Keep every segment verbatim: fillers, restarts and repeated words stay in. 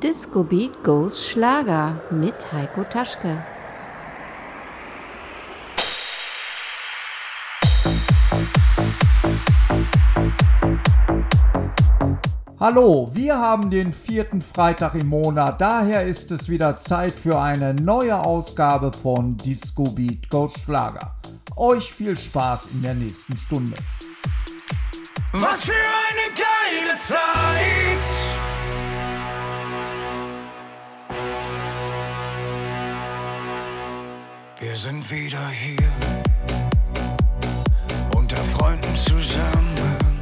Disco Beat Goes Schlager mit Heiko Taschke. Hallo, wir haben den vierten Freitag im Monat, daher ist es wieder Zeit für eine neue Ausgabe von Disco Beat Goes Schlager. Euch viel Spaß in der nächsten Stunde. Was für eine geile Zeit! Wir sind wieder hier, unter Freunden zusammen.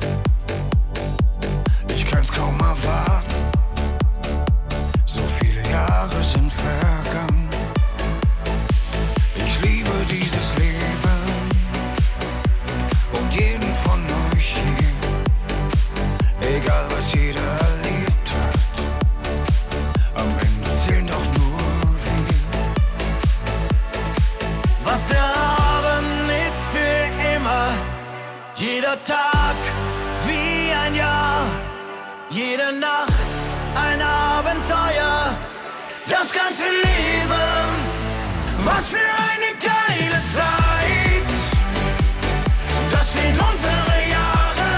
Ich kann's kaum erwarten, so viele Jahre sind vergangen. Ich liebe dieses Leben und jeden von euch hier, egal was jeder erlebt hat, am Ende zählen doch nur wir. Was wir haben ist für immer, jeder Tag wie ein Jahr. Jede Nacht ein Abenteuer, das ganze Leben, was für eine geile Zeit. Das sind unsere Jahre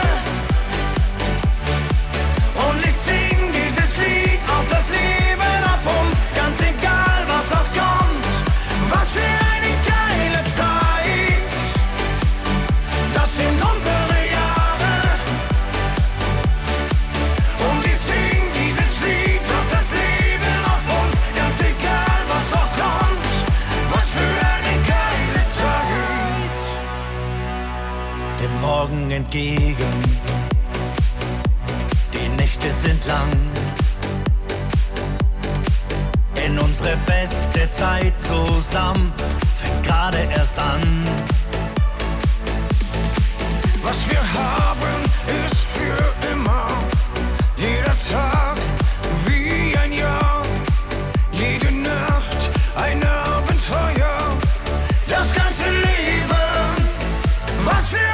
und ich sing dieses Lied auf das Leben, auf uns, ganz egal was auch kommt. Was für eine geile Zeit, das sind unsere Morgen entgegen. Die Nächte sind lang, in unsere beste Zeit zusammen fängt gerade erst an. Was wir haben ist für immer, jeder Tag wie ein Jahr, jede Nacht ein Abenteuer, das ganze Leben, was für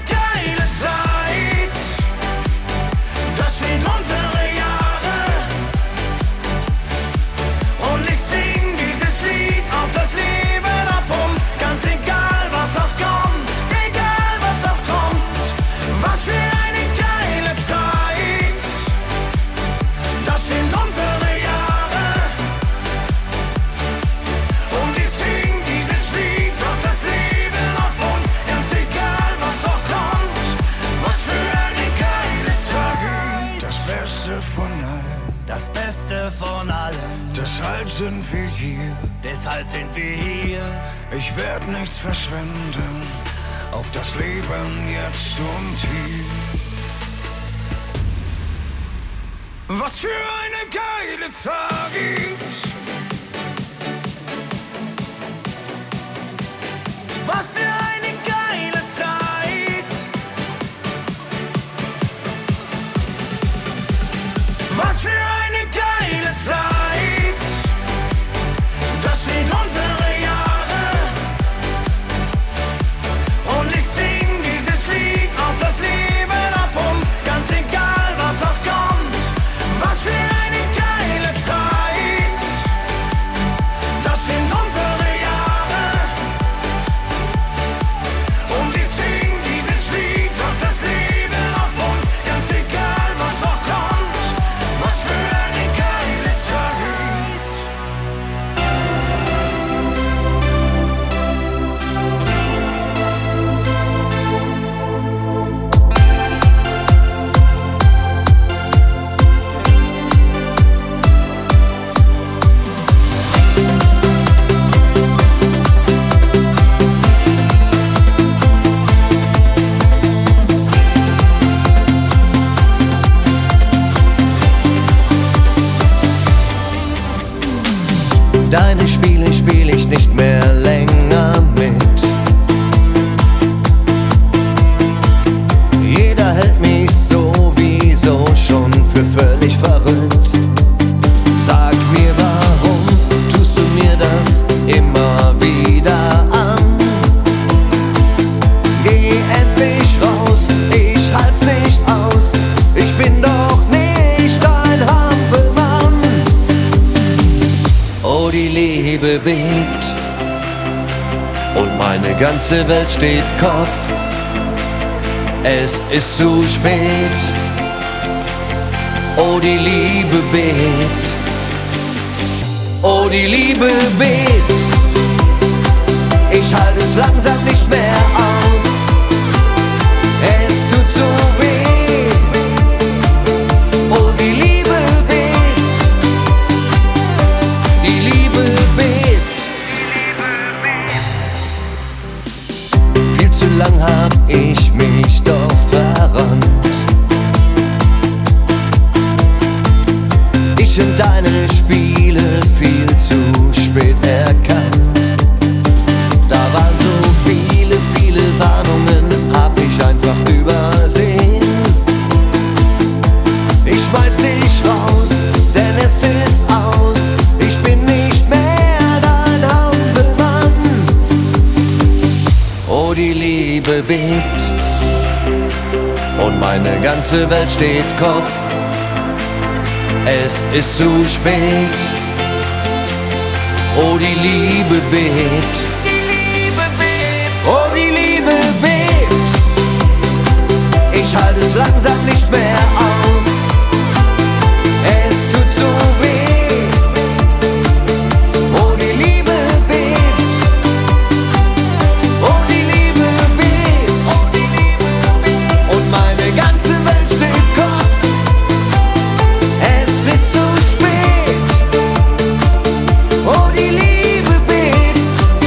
das Beste von allem. Deshalb sind wir hier, deshalb sind wir hier. Ich werd nichts verschwenden, auf das Leben jetzt und hier. Was für eine geile Zeit! Was für eine geile Zeit! Was für eine geile Zeit! Das sind unsere Jahre und ich sing dieses Lied auf das Leben, auf uns, ganz egal was auch kommt. Was für eine geile Zeit! Das sind unsere Jahre und ich sing dieses Lied auf das Leben, auf uns, ganz egal was auch kommt. Was für eine geile Zeit! Deine Spiele spiel ich nicht mehr länger mit. Jeder hält mich sowieso schon für völlig verrückt. Sag mir, warum tust du mir das immer wieder an? Geh endlich raus, ich halt's nicht aus. Ich bin doch nicht dein Hampelmann. bebt und meine ganze Welt steht Kopf. Es ist zu spät, oh die Liebe bebt, oh die Liebe bebt. Ich halte es langsam nicht mehr aus, es tut so weh, oh die Liebe bebt, die Liebe bebt. Viel zu lang hab ich mich doch verrannt, ich und deine Spiele viel zu spät erkannt. Da waren so viele, viele Warnungen, hab ich einfach übersehen. Ich schmeiß dich raus, denn es ist aus. Ich bin nicht mehr dein Hampelmann. Oh, die Liebe bebt und meine ganze Welt steht Kopf. Es ist zu spät, oh, die Liebe bebt. Oh, die Liebe bebt. Ich halte es langsam nicht mehr aus. Es tut so weh. Oh, die Liebe bebt. Oh, die Liebe bebt. Oh, die Liebe bebt. Und meine ganze Welt steht Kopf. Es ist so spät. Oh, die Liebe bebt.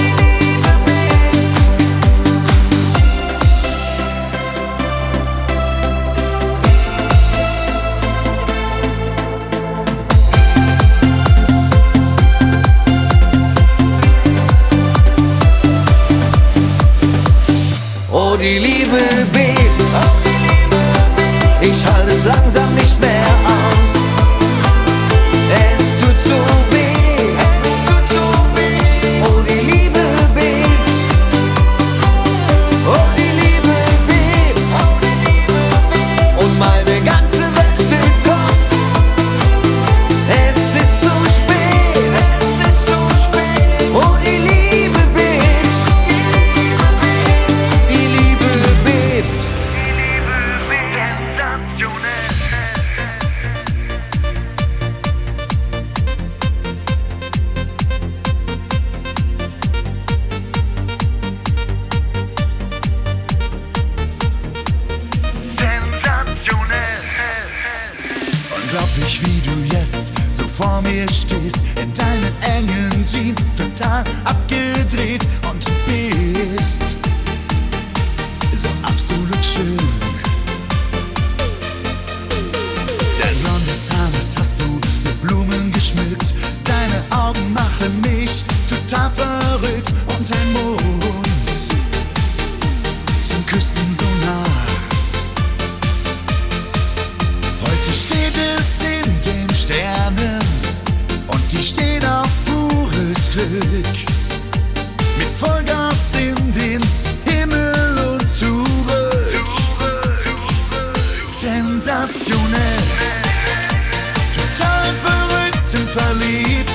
Oh, die Liebe bebt. Ich halte es langsam nicht mehr aus. Es tut so weh. Oh, die Liebe bebt. Oh, die Liebe bebt. Und meine ganze Welt steht Kopf. Es ist so spät. Oh, die Liebe bebt. Die Liebe bebt. Unglaublich, wie du jetzt so vor mir stehst, in deinen engen Jeans, total abgedreht, und du bist so absolut schön. Dein blondes Haar, das hast du mit Blumen geschmückt, deine Augen machen mich total verrückt, und dein Mund zum Küssen so nah. Heute steht es in den Sternen und die stehen auf pures Glück. Mit Vollgas in den Himmel und zurück. Sensationell, total verrückt und verliebt.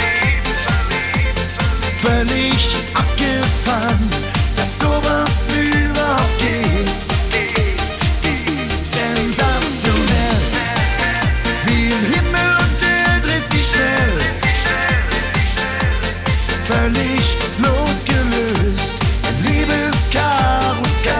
Völlig abgefahren, dass sowas überhaupt geht. Sensationell, wie im Himmel, und der dreht sich schnell. Völlig losgelöst, ein Liebeskarussell.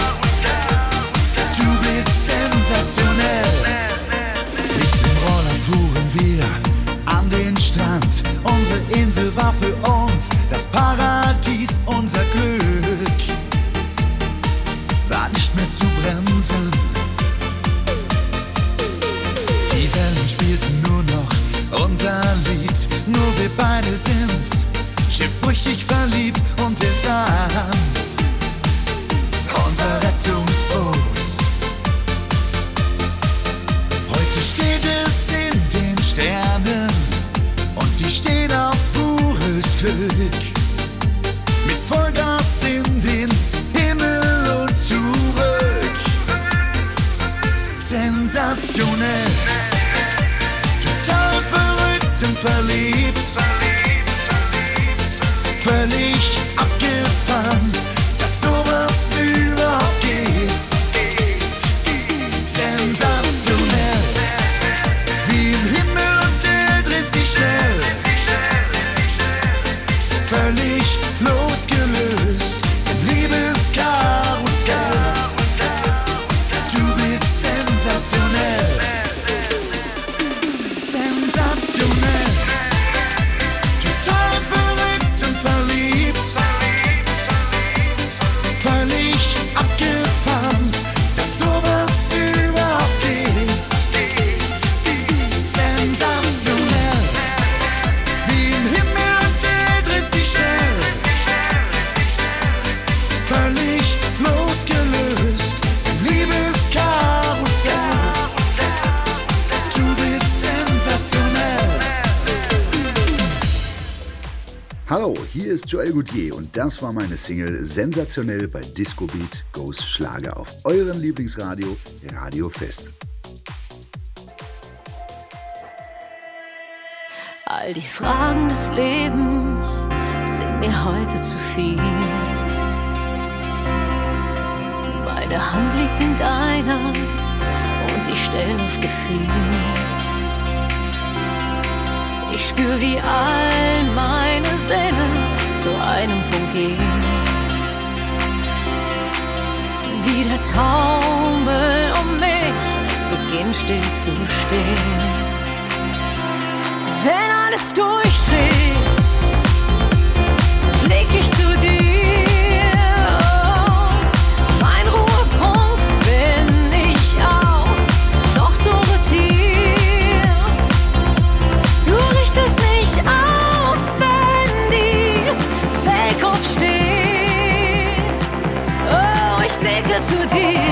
Du bist sensationell. Mit dem Roller fuhren wir an den Strand. Unsere Insel war für uns das Paradies, unser Glück war nicht mehr zu bremsen. Die Wellen spielten nur noch unser Lied, nur wir beide sind schiffbrüchig verliebt, und der Sand, unser Rettungsboot. Heute steht es in den Sternen und die stehen auf pures Glück. Mit Vollgas in den Himmel und zurück. Sensationell, total verrückt und verliebt. Hallo, hier ist Joel Goutier und das war meine Single Sensationell bei Disco Beat Goes Schlager auf euren Lieblingsradio, Radio Fest. All die Fragen des Lebens sind mir heute zu viel. Meine Hand liegt in deiner und ich stell auf Gefühl. Ich spür, wie all meine Sinne zu einem Punkt gehen. Wie der Taumel um mich beginnt still zu stehen. Wenn alles durchdreht, blick ich zu dir. Mein Ruhepunkt bin ich auch, doch so rotier. Du richtest nicht auf, wenn die Welt Kopf steht. Oh, ich blicke zu dir.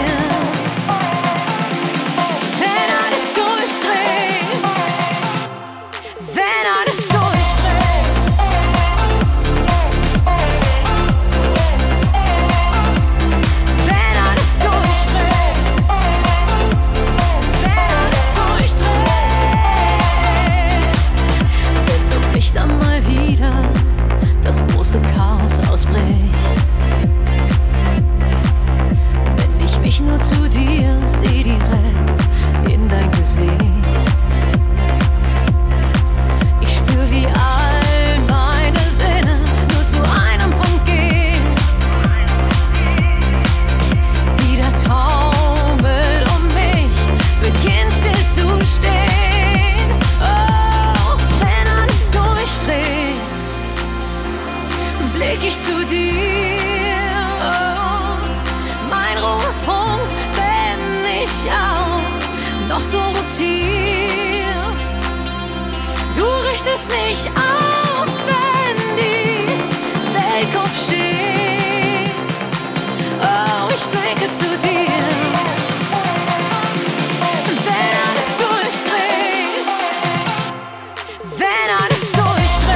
Chaos ausbricht. Wenn ich mich nur zu dir seh, direkt in dein Gesicht. Ich spür, wie all meine Sinne nur zu einem Punkt gehen. Wie der Taumel um mich beginnt still zu stehen. Oh, wenn alles durchdreht, blick ich zu dir, oh, mein Ruhepunkt bin ich auch, doch so rotier. Du richtest nicht auf, wenn die Welt Kopf steht. Oh, ich blicke zu dir. Wenn alles durchdreht, wenn alles durchdreht.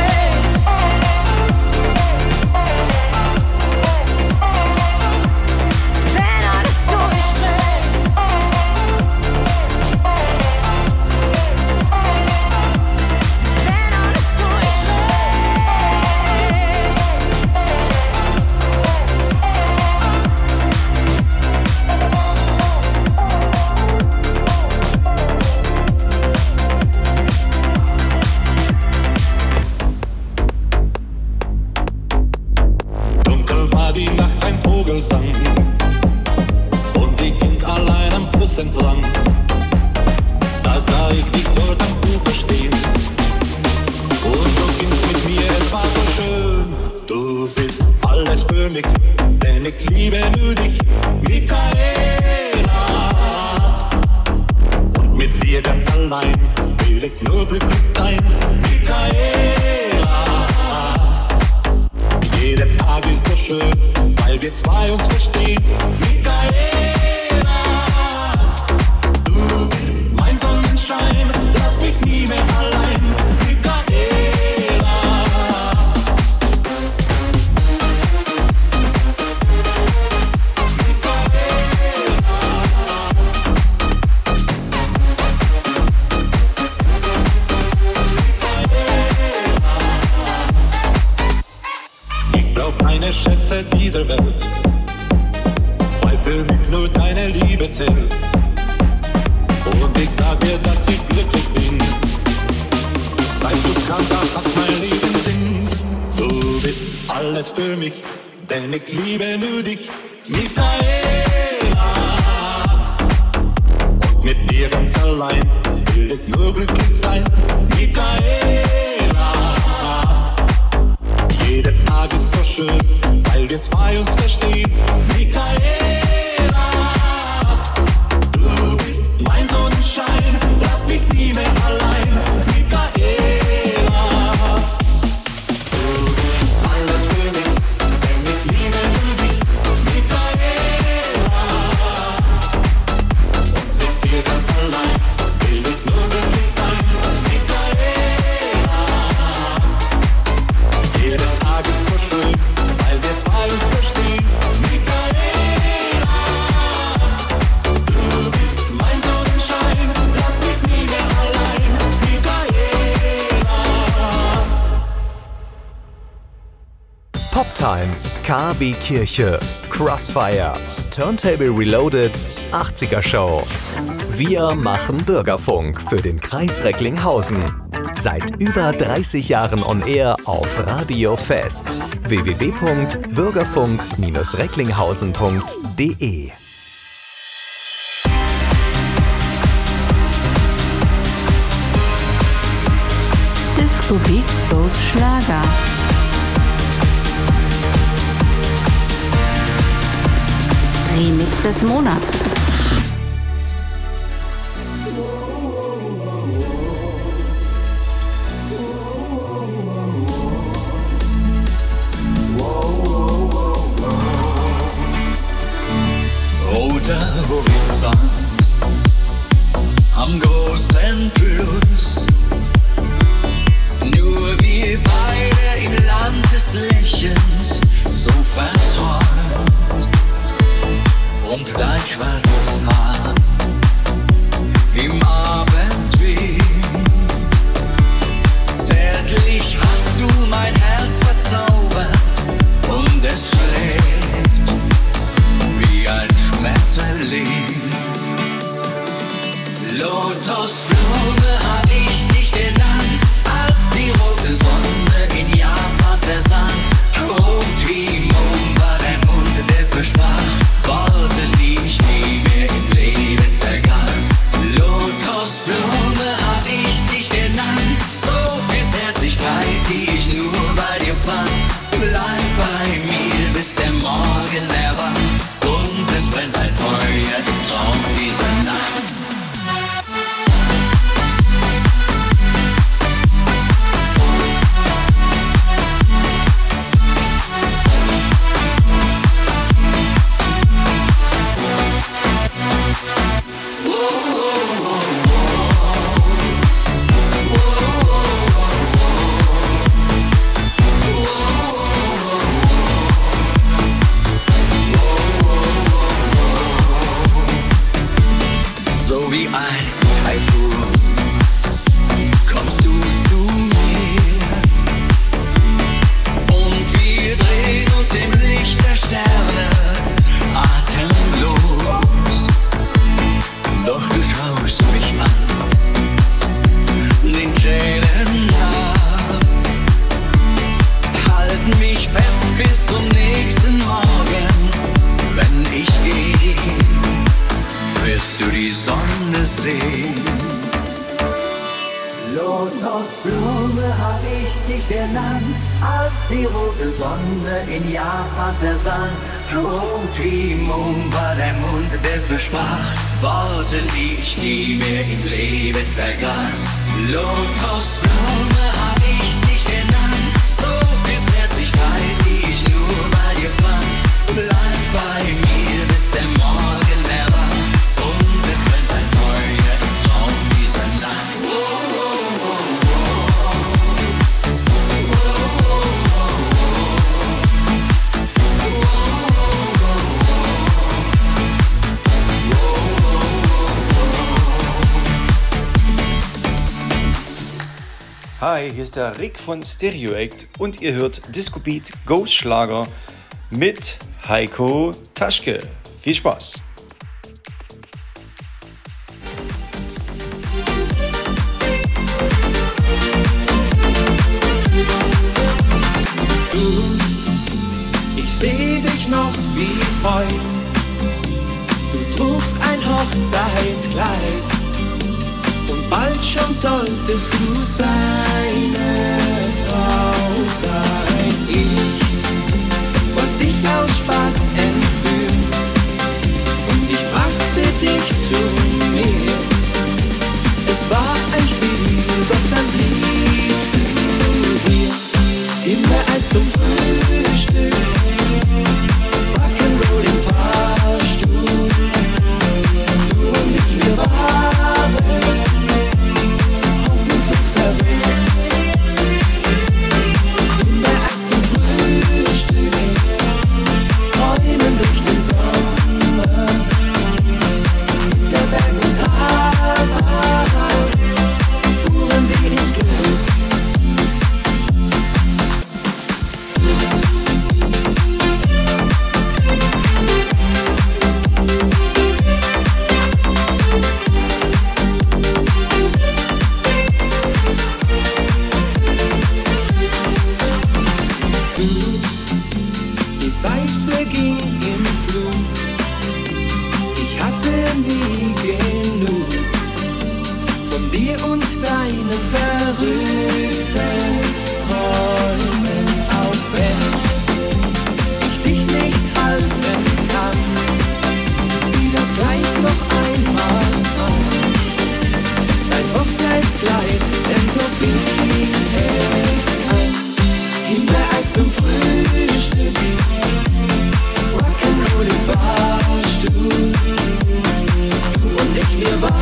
Und ich ging allein am Fluss entlang. Da sah ich dich dort am Ufer stehen. Und du gingst mit mir, es war so schön. Du bist alles für mich, denn ich liebe nur dich, Michaela. Und mit dir ganz allein will ich nur glücklich sein, Michaela. Jeder Tag ist so schön, weil wir zwei uns verstehen, Michaela. Du bist mein Sonnenschein, lass mich nie mehr allein, Michaela. Ich brauch keine Schätze dieser Welt, weil für mich nur deine Liebe zählt. Und ich sag dir, dass ich glücklich bin, seit du kamst, das hat mein Leben Sinn. Du bist alles für mich, denn ich liebe nur dich, Michaela. Und mit dir ganz allein will ich nur glücklich sein, Michaela. Jeder Tag ist so schön, weil wir zwei uns verstehen, Michaela. Du bist mein Sonnenschein, lass mich nie mehr allein, Michaela. Du bist alles für mich, denn ich liebe nur dich, Michaela. Und mit dir ganz allein will ich nur glücklich sein, Michaela. Jeder Tag Time, K wie Kirche, Crossfire, Turntable Reloaded, achtziger Show. Wir machen Bürgerfunk für den Kreis Recklinghausen. Seit über dreißig Jahren on air auf Radio Fest. w w w punkt bürgerfunk Bindestrich recklinghausen punkt d e Disco Beat Goes Schlager. Remix des Monats. Roter Horizont am großen Fluss. Nur wir beide im Land des Lächelns, so verträumt. Und dein schwarzes Haar im Abendwind. Zärtlich hast du mein Herz verzaubert und es schlägt wie ein Schmetterling. Lotusblume hab ich dich genannt, als die rote Sonne in Japan versank. Rot wie Mond war dein Mund, der versprach Worte, die ich nie mehr im Leben vergaß. Lotusblume hab ich dich genannt, so viel Zärtlichkeit, die ich nur bei dir fand. Bleib bei mir, bis der Morgen erwacht und es brennt ein Feuer im Traum dieser Nacht. Worte, die ich nie mehr im Leben vergaß. Lotusblume hab ich dich genannt, so viel Zärtlichkeit, die ich nur bei dir fand. Bleib bei mir, bis der Morgen erwacht und es brennt ein Feuer im Traum dieser Nacht. Oh, oh, oh, oh. Hi, hier ist der Rick von Stereoact und ihr hört Disco Beat Goes Schlager mit Heiko Taschke. Viel Spaß! Du, ich seh dich noch wie heut. Du trugst ein Hochzeitskleid. Und bald schon solltest du seine Frau sein. Ich wollte dich aus Spaß entführen und ich brachte dich zu mir. Es war ein Spiel, doch dann bliebst du hier. Immer Eis zum Frühstück, Rock'n'Roll im Fahrstuhl. Du und ich, wir waren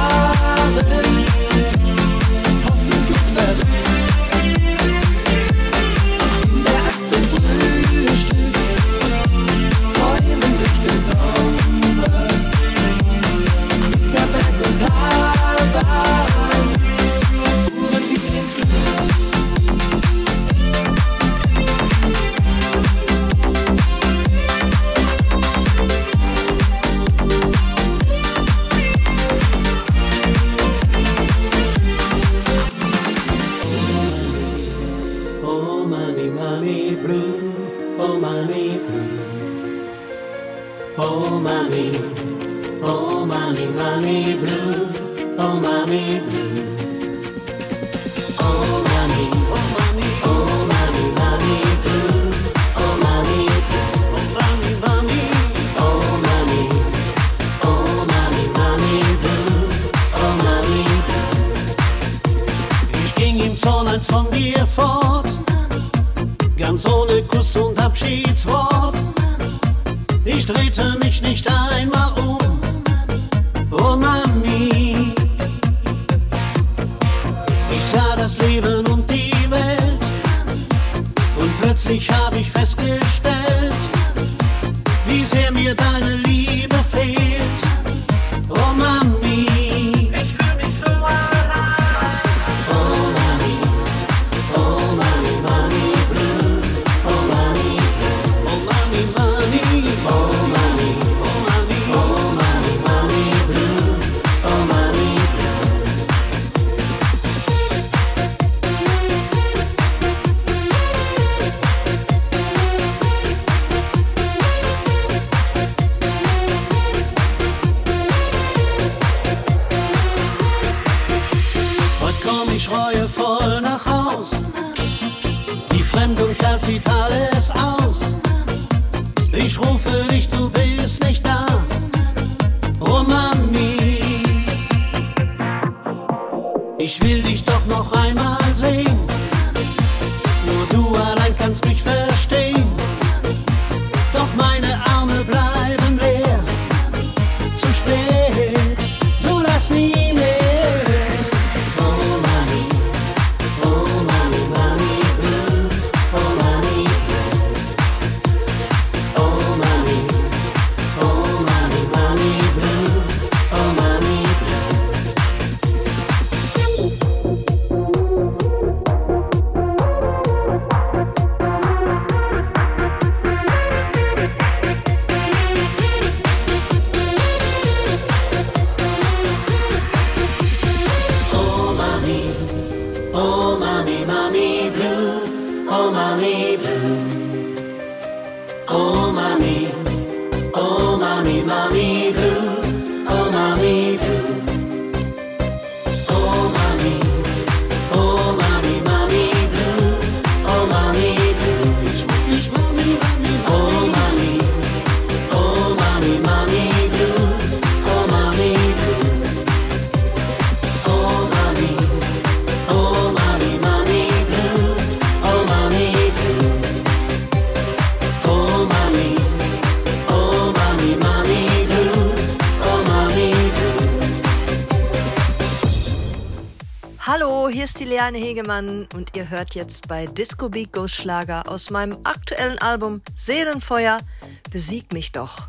Liane Hegemann und ihr hört jetzt bei Disco Beat Goes Schlager aus meinem aktuellen Album Seelenfeuer Besieg mich doch.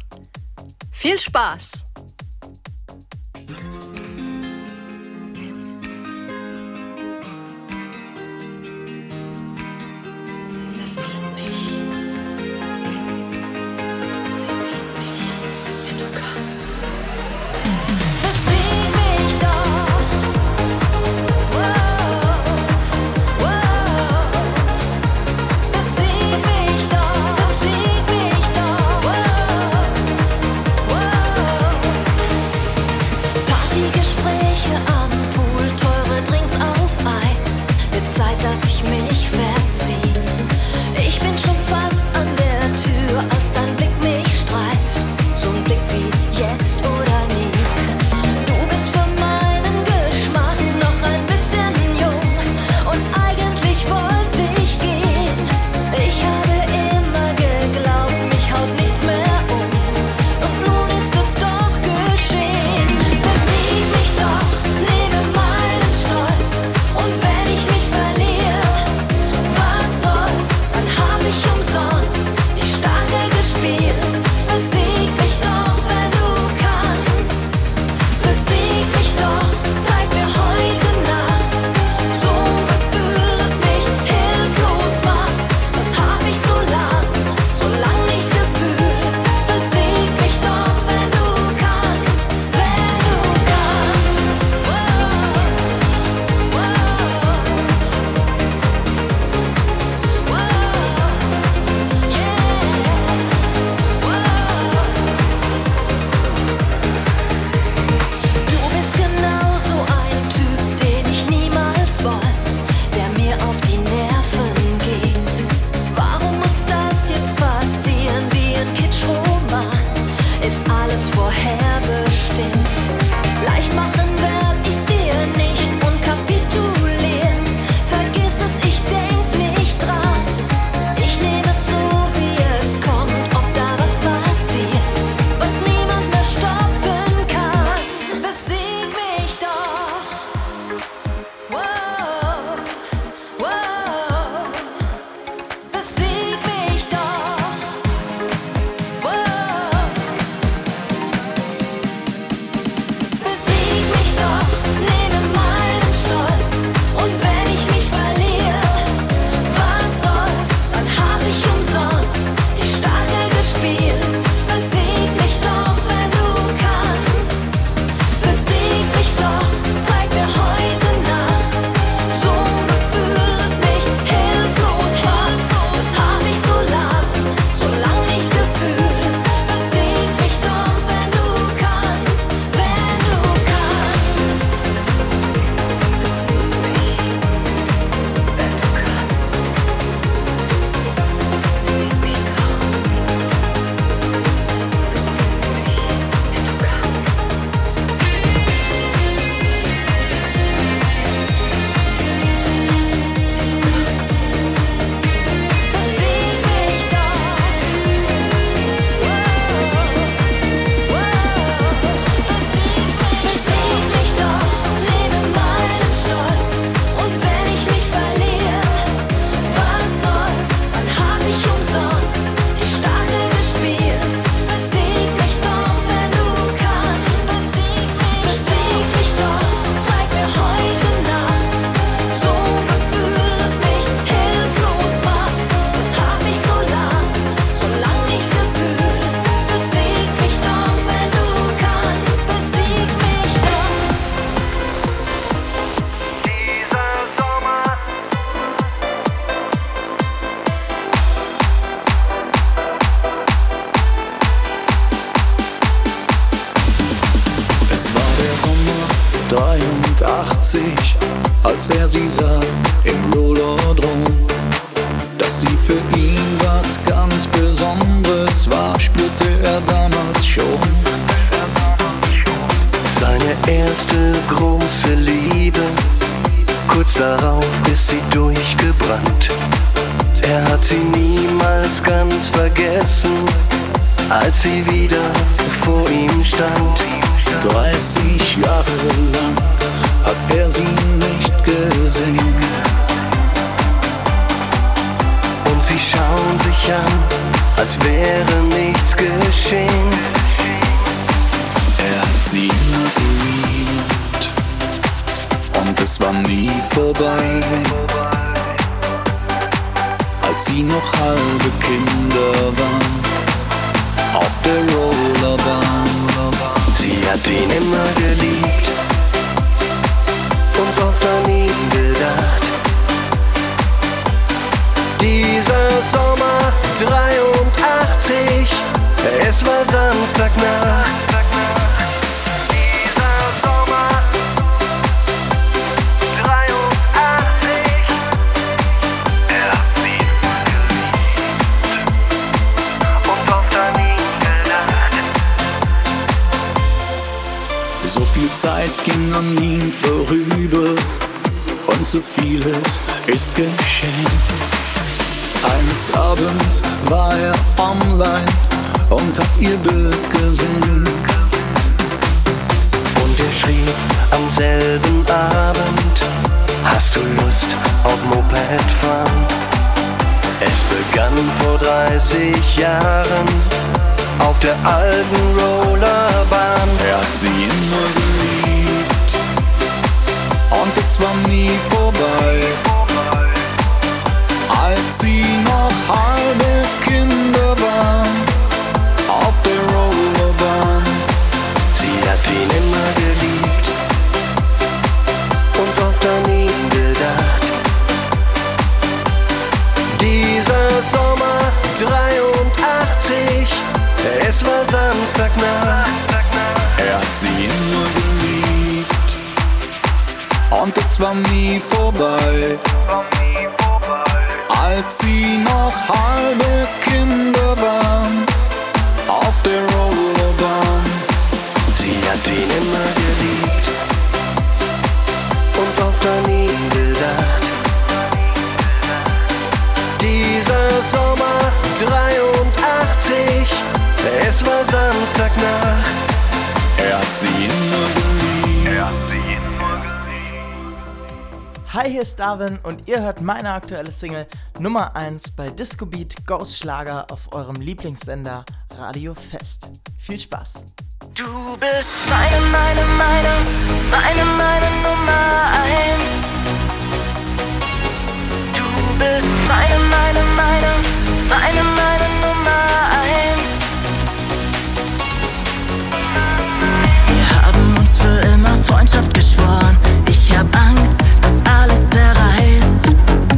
Viel Spaß! Whoa. achtzig, als er sie sah im Rollerdrom. Dass sie für ihn was ganz Besonderes war, spürte er damals schon. Seine erste große Liebe, kurz darauf ist sie durchgebrannt. Er hat sie niemals ganz vergessen, als sie wieder vor ihm stand. dreißig Jahre lang hat er sie nicht gesehen. Und sie schauen sich an, als wäre nichts geschehen. Er hat sie immer geliebt und es war nie vorbei. Als sie noch halbe Kinder waren, auf der Rollerbahn. Sie hat ihn immer geliebt und oft an ihn gedacht. Dieser Sommer dreiundachtzig, es war Samstagnacht. Dieser Sommer dreiundachtzig, er hat sie immer geliebt und oft an ihn gedacht. So viel Zeit ging an ihm vorüber und so vieles ist geschehen. Eines Abends war er online und hat ihr Bild gesehen. Und er schrieb am selben Abend: Hast du Lust auf Mopedfahren? Es begann vor dreißig Jahren auf der alten Rollerbahn. Er hat sie immer geliebt und es war nie vorbei. Als sie noch halbe Kinder waren, auf der Rollerbahn. Sie hat ihn immer geliebt und oft an ihn gedacht. Dieser Sommer dreiundachtzig, es war Samstagnacht. Er hat sie immer geliebt und es war nie vorbei. Als sie noch halbe Kinder waren, auf der Rollerbahn. Sie hat ihn immer geliebt und oft an ihn gedacht. Dieser Sommer dreiundachtzig, es war Samstagnacht. Er hat sie immer geliebt. Er hat sie immer geliebt. Hi, hier ist Darwin und ihr hört meine aktuelle Single Nummer eins bei Disco Beat Ghost Schlager auf eurem Lieblingssender Radio Fest. Viel Spaß! Du bist meine, meine, meine, meine, meine Nummer eins. Du bist meine, meine, meine, meine, meine Nummer eins. Wir haben uns für immer Freundschaft geschworen. Ich hab Angst, dass alles zerreißt.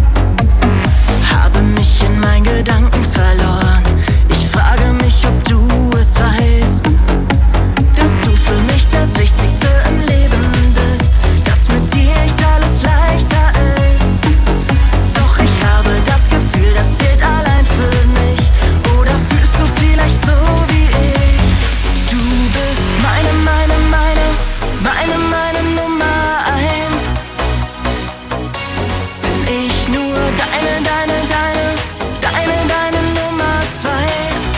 Habe mich in meinen Gedanken verloren. Ich frage mich, ob du es weißt, dass du für mich das Wichtigste im Leben bist, dass mit dir echt alles leichter ist. Doch ich habe das Gefühl, das zählt allein für mich. Oder fühlst du vielleicht so wie ich? Du bist meine, meine, meine, meine, meine Nummer eins. Bin ich nur deine, deine, deine, deine, deine Nummer zwei.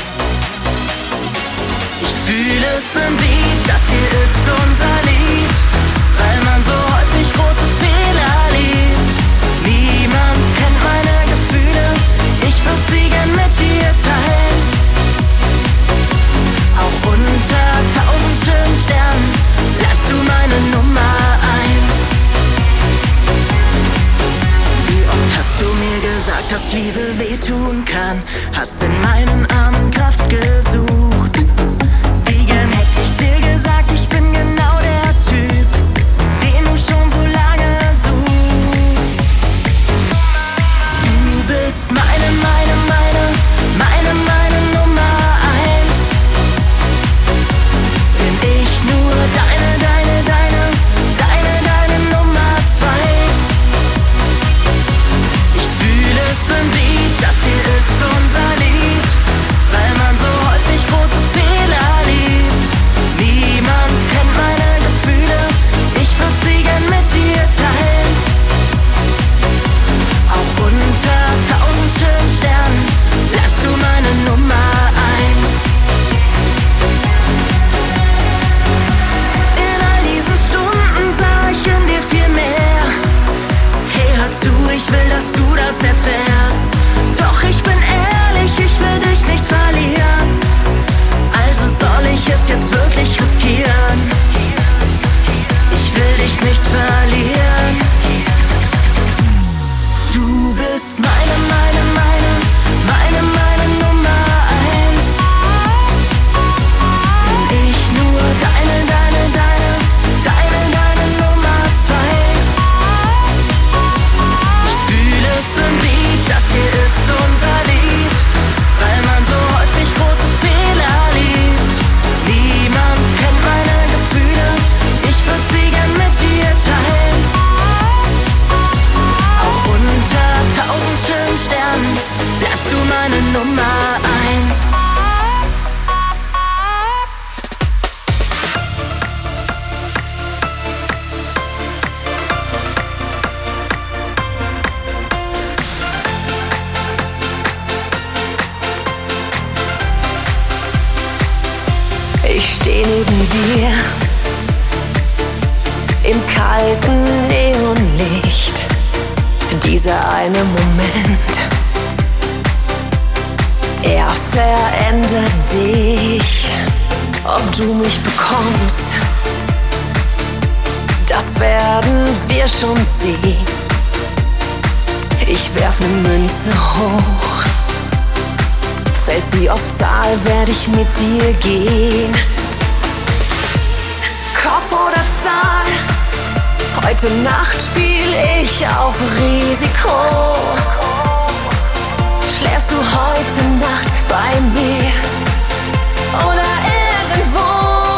Ich fühle es im Beat, das hier ist unser Lied, weil man so häufig große Fehler liebt. Niemand kennt meine Gefühle, ich würd sie gern mit dir teilen. Auch unter tausend schönen Sternen bleibst du meine Nummer eins. Wie oft hast du mir gesagt, dass Liebe wehtun kann? Hast in meinen Armen Kraft gesucht. Wie gern hätte ich dir gesagt, ich bin genau der Typ, den du schon so lange suchst. Du bist meine, meine, meine, meine, meine Nummer eins. Bin ich nur deine, deine, deine, deine, deine will, dass du das erfährst. Doch ich bin ehrlich, ich will dich nicht verlieren. Also soll ich es jetzt wirklich riskieren? Ich will dich nicht verlieren. Du bist meine, meine, meine, meine, meine Nummer eins. Bin ich nur deine, deine, deine, deine, deine Nummer zwei. Ich fühle es im Beat, das hier ist unser Lied, weil man so häufig große Fehler liebt. Niemand kennt meine Gefühle, ich würd sie gern mit dir teilen. Auch unter tausend schönen Sternen bleibst du meine Nummer eins. Ich steh neben dir im kalten Neonlicht. Dieser eine Moment, er verändert dich. Ob du mich bekommst, das werden wir schon sehen. Ich werf ne Münze hoch, fällt sie auf Zahl, werde ich mit dir gehen. Kopf oder Zahl, heute Nacht spiel ich auf Risiko. Schläfst du heute Nacht bei mir oder irgendwo?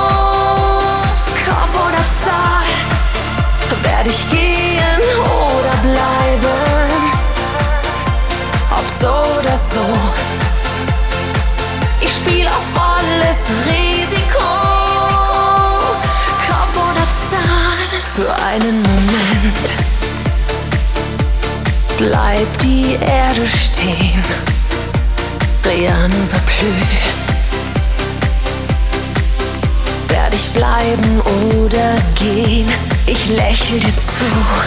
Kopf oder Zahl, werde ich gehen oder bleiben? Ob so oder so, ich spiel auf volles Risiko. Kopf oder Zahl, für einen Moment bleibt die Erde stehen. Rien ne va plus. Werd ich bleiben oder gehen? Ich lächel dir zu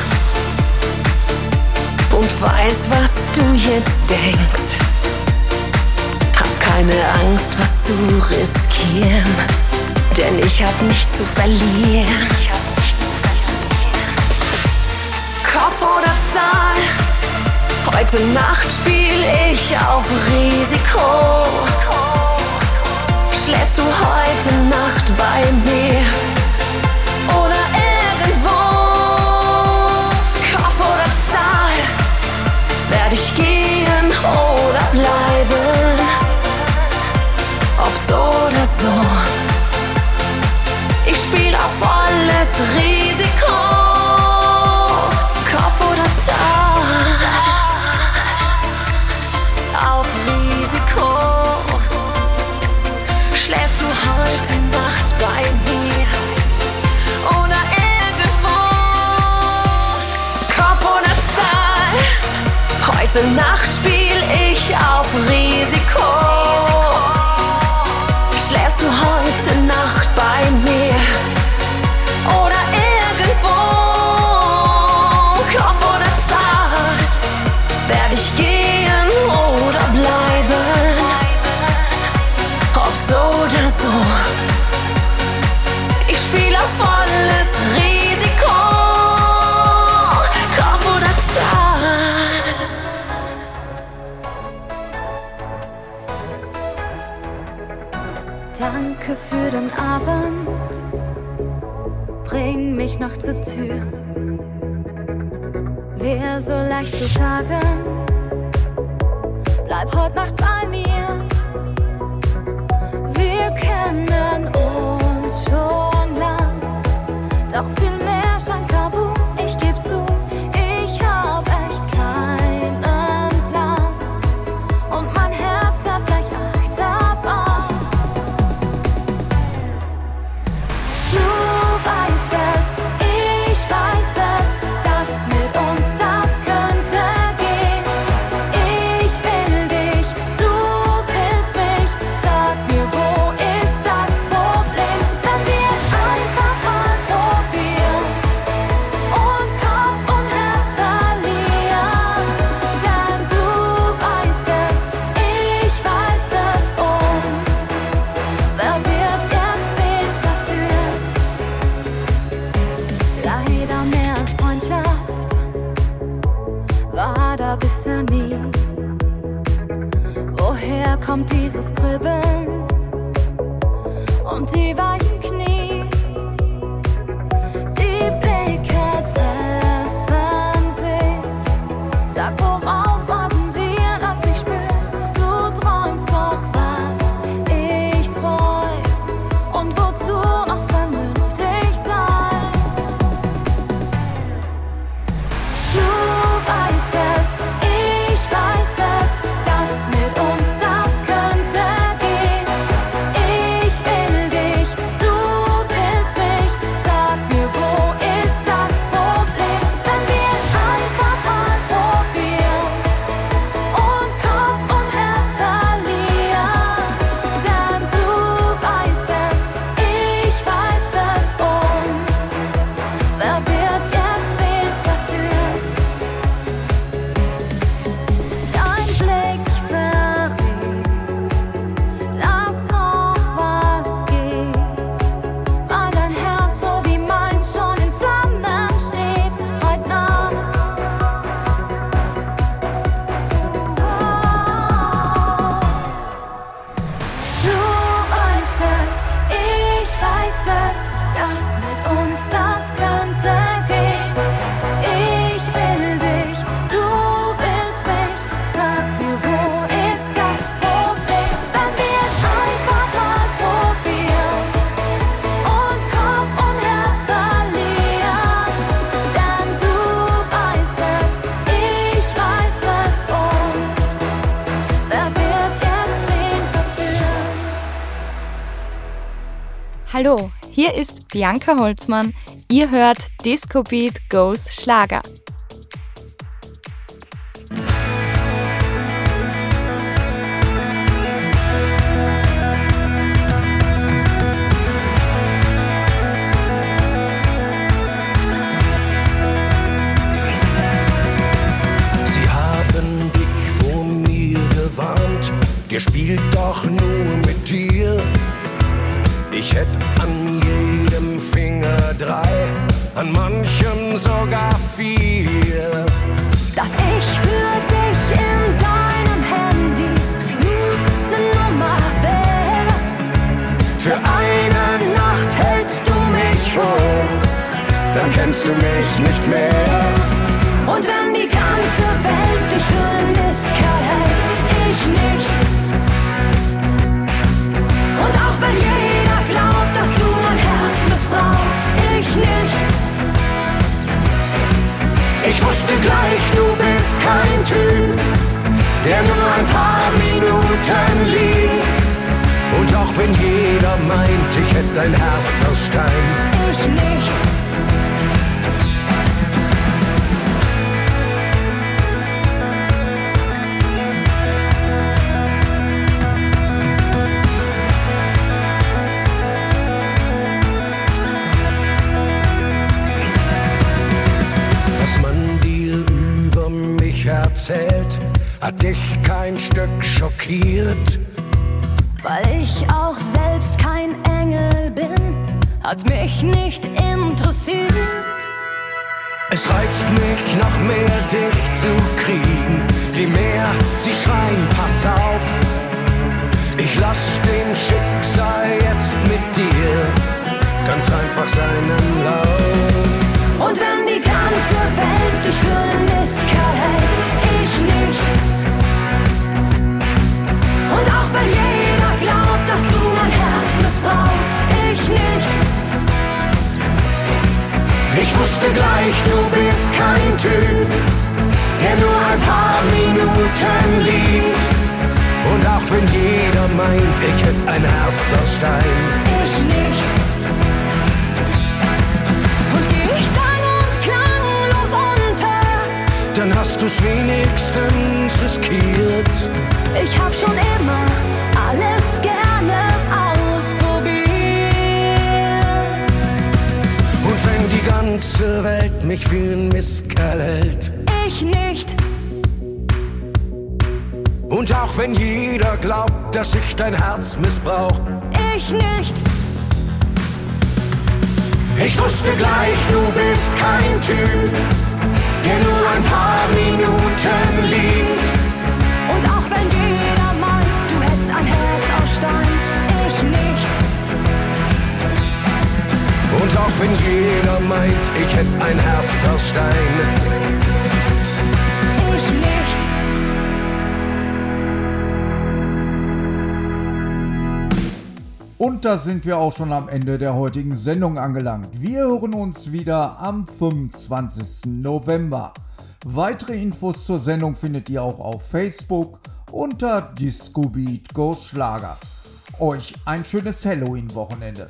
und weiß, was du jetzt denkst. Hab keine Angst, was zu riskieren, denn ich hab nichts zu verlieren. Ich hab nichts zu verlieren. Kopf oder Zahl, heute Nacht spiel ich auf Risiko. Schläfst du heute Nacht bei mir oder irgendwo? Kopf oder Zahl, werd ich gehen oder bleiben? Ob so oder so, ich spiel auf volles Risiko. Kopf oder Zahl, auf Risiko. Schläfst du heute Nacht bei mir oder irgendwo? Kopf oder Zahl, heute Nacht spiel ich auf Risiko. Schläfst du heute Nacht bei mir oder irgendwo? Kopf oder Zahl, werd ich gehen oder bleiben? Ob so oder so, ich spiel auf volles Risiko. Kopf oder Zahl. Danke für den Abend, bring mich noch zur Tür. Wär so leicht zu sagen, bleib heute Nacht bei mir. Wir kennen uns schon lang, doch viel mehr scheint tabu. Ich geb's zu, ich hab echt keinen Plan und mein Herz fährt gleich Achterbahn. Du weißt es, ich weiß es, dass mit uns das könnte gehen. Ich will dich, du bist mich, sag mir, wo ist das Problem? Wenn wir es einfach mal probieren, war bisher nie. Woher kommt dieses Kribbeln und die weichen Knie? Die Blicke treffen sich. Sag, worauf warten wir? Lass mich spüren. Du träumst doch, was ich träum. Und wozu noch vernünftig sein? Du weißt es, ich weiß es, dass mit uns das könnte gehen. Ich will dich, du bist mich. Sag mir, wo ist das Problem? Wenn wir es einfach mal probieren und Kopf und Herz verlieren. Denn du weißt es, ich weiß es und wer wird jetzt wen verführen? Dein Blick verrät, dass noch was geht, weil dein Herz so wie meins schon in Flammen steht. Heute Nacht. Du weißt es, ich weiß es, dass mit uns das könnte gehen. Ich will dich, du willst mich. Sag mir, wo ist das Problem? Wenn wir es einfach mal probieren und Kopf und Herz verlieren. Denn du weißt es, ich weiß es und wer wird jetzt wen verführen? Hallo, hier ist Bianca Holzmann. Ihr hört Disco Beat Goes Schlager. Sie haben dich vor mir gewarnt, ihr spielt doch nur mit dir. Ich hätt an jedem Finger drei, an manchem sogar vier. Dass ich für dich in deinem Handy nur ne Nummer wär. Für eine Nacht hältst du mich hoch, dann kennst du mich nicht mehr. Und wenn die ganze Welt dich für einen Mistkerl hält, ich nicht. Und auch wenn jeder glaubt, dass du mein Herz missbrauchst, ich nicht. Ich wusste gleich, du bist kein Typ, der nur ein paar Minuten liebt. Und auch wenn jeder meint, ich hätte ein Herz aus Stein, Ich nicht. was man dir über mich erzählt, hat dich kein Stück schockiert. Weil ich auch selbst kein Engel bin, hat's mich nicht interessiert. Es reizt mich noch mehr, dich zu kriegen. Je mehr sie schreien, pass auf. Ich lass dem Schicksal jetzt mit dir ganz einfach seinen Lauf. Und wenn die ganze Welt dich für einen Mistkerl hält, ich nicht. Und auch wenn jeder glaubt, dass du mein Herz missbrauchst, ich nicht. Ich wusste gleich, du bist kein Typ, der nur ein paar Minuten liebt. Und auch wenn jeder meint, ich hätte ein Herz aus Stein, ich nicht. Und geh ich sang- und klanglos unter, dann hast du's wenigstens riskiert. ich hab schon immer alles gerne ausprobiert. Und wenn die ganze Welt mich für ein Mistkerl hält, Ich nicht. und auch wenn jeder glaubt, dass ich dein Herz missbrauch, Ich nicht. ich wusste gleich, du bist kein Typ, der nur ein paar Minuten unten liegt. Und auch wenn jeder meint, du hättest ein Herz aus Stein, ich nicht. Und auch wenn jeder meint, ich hätte ein Herz aus Stein, ich nicht. Und da sind wir auch schon am Ende der heutigen Sendung angelangt. Wir hören uns wieder am fünfundzwanzigsten November. Weitere Infos zur Sendung findet ihr auch auf Facebook unter Disco Beat Goes Schlager. Euch ein schönes Halloween-Wochenende.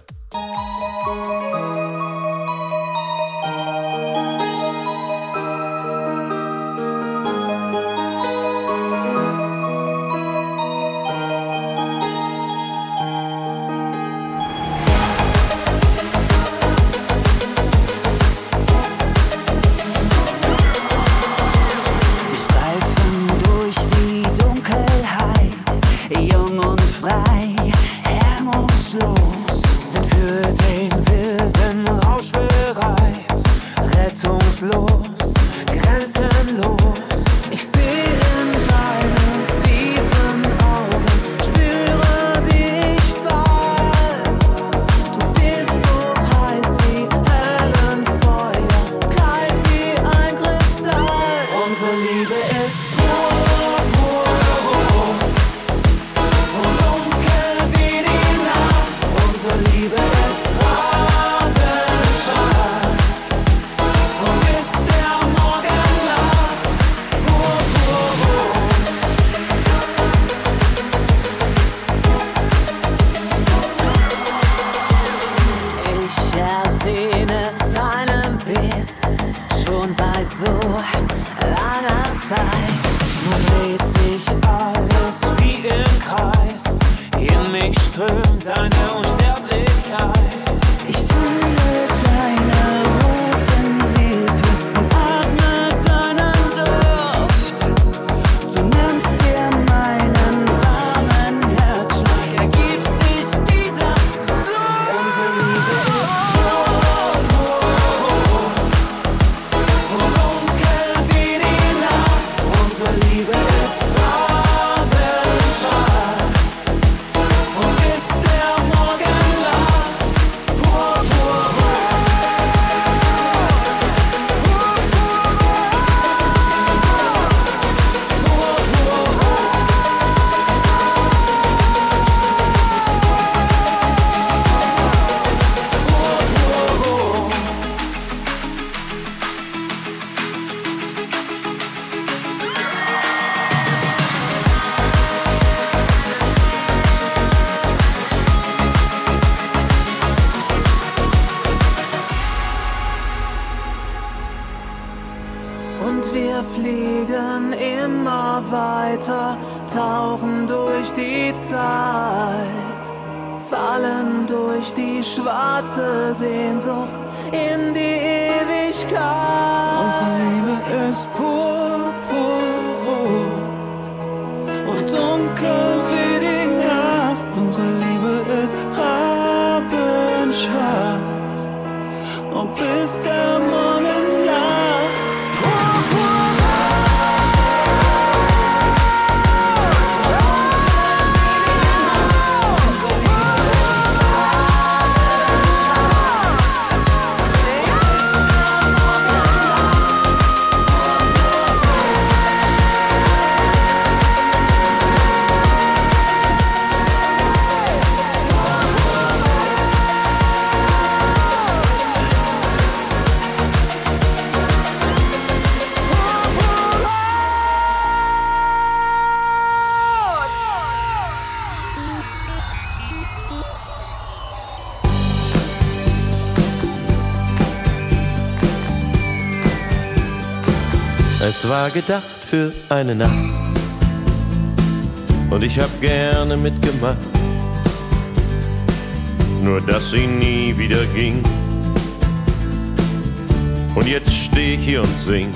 Tauchen durch die Zeit, fallen durch die schwarze Sehnsucht in die Ewigkeit. Unsere Liebe ist pur, pur rot und dunkel wie die Nacht. Unsere Liebe ist rabenschwarz und bis der Morgen lacht. Pur, pur Es war gedacht für eine Nacht und ich hab gerne mitgemacht, nur dass sie nie wieder ging. Und jetzt steh ich hier und sing.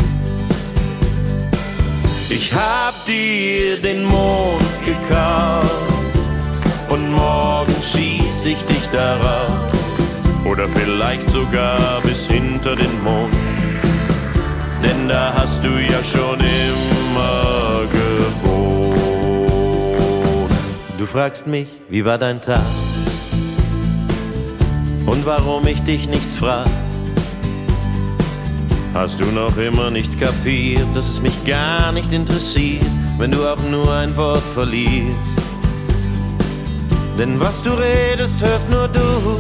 Ich hab dir den Mond gekauft und morgen schieß ich dich darauf, oder vielleicht sogar bis hinter den Mond. Denn da hast du ja schon immer fragst mich, wie war dein Tag? Und warum ich dich nichts frag? Hast du noch immer nicht kapiert, dass es mich gar nicht interessiert, wenn du auch nur ein Wort verlierst? Denn was du redest, hörst nur du.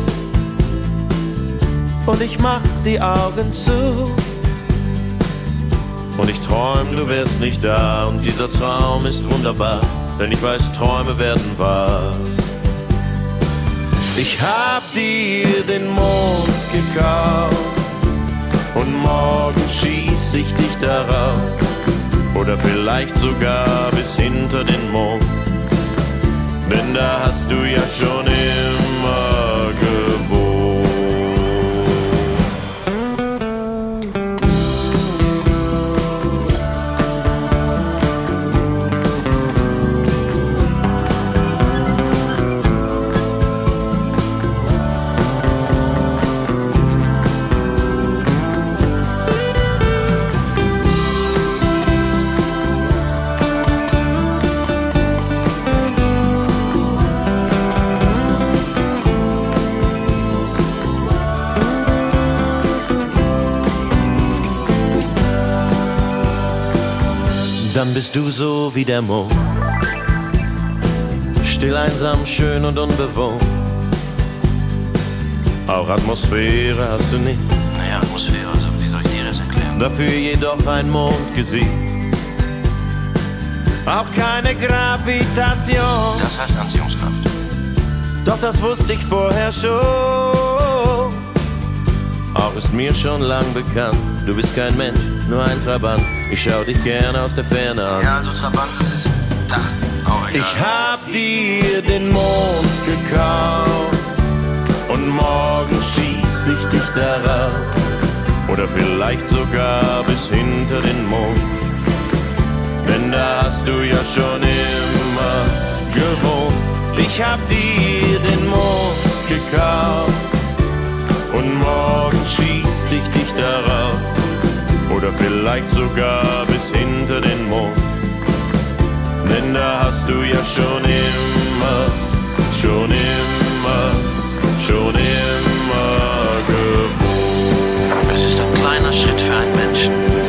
Und ich mach die Augen zu. Und ich träum, du wärst nicht da. Und dieser Traum ist wunderbar, denn ich weiß, Träume werden wahr. Ich hab dir den Mond gekauft und morgen schieß ich dich darauf. Oder vielleicht sogar bis hinter den Mond. Denn da hast du ja schon immer gewohnt. Dann bist du so wie der Mond, still, einsam, schön und unbewohnt. Auch Atmosphäre hast du nicht. Naja, Atmosphäre, also wie soll ich dir das erklären? Dafür jedoch ein Mondgesicht. Auch keine Gravitation. Das heißt Anziehungskraft. Doch das wusste ich vorher schon. Auch ist mir schon lang bekannt, du bist kein Mensch, nur ein Trabant. Ich schau dich gerne aus der Ferne an. Ja, also Trabant, das ist Dach. Oh, egal. Ich hab dir den Mond gekauft und morgen schieß ich dich darauf. Oder vielleicht sogar bis hinter den Mond. Denn da hast du ja schon immer gewohnt. Ich hab dir den Mond gekauft und morgen schieß ich dich darauf. Oder vielleicht sogar bis hinter den Mond. Denn da hast du ja schon immer, schon immer, schon immer gewohnt. Es ist ein kleiner Schritt für einen Menschen,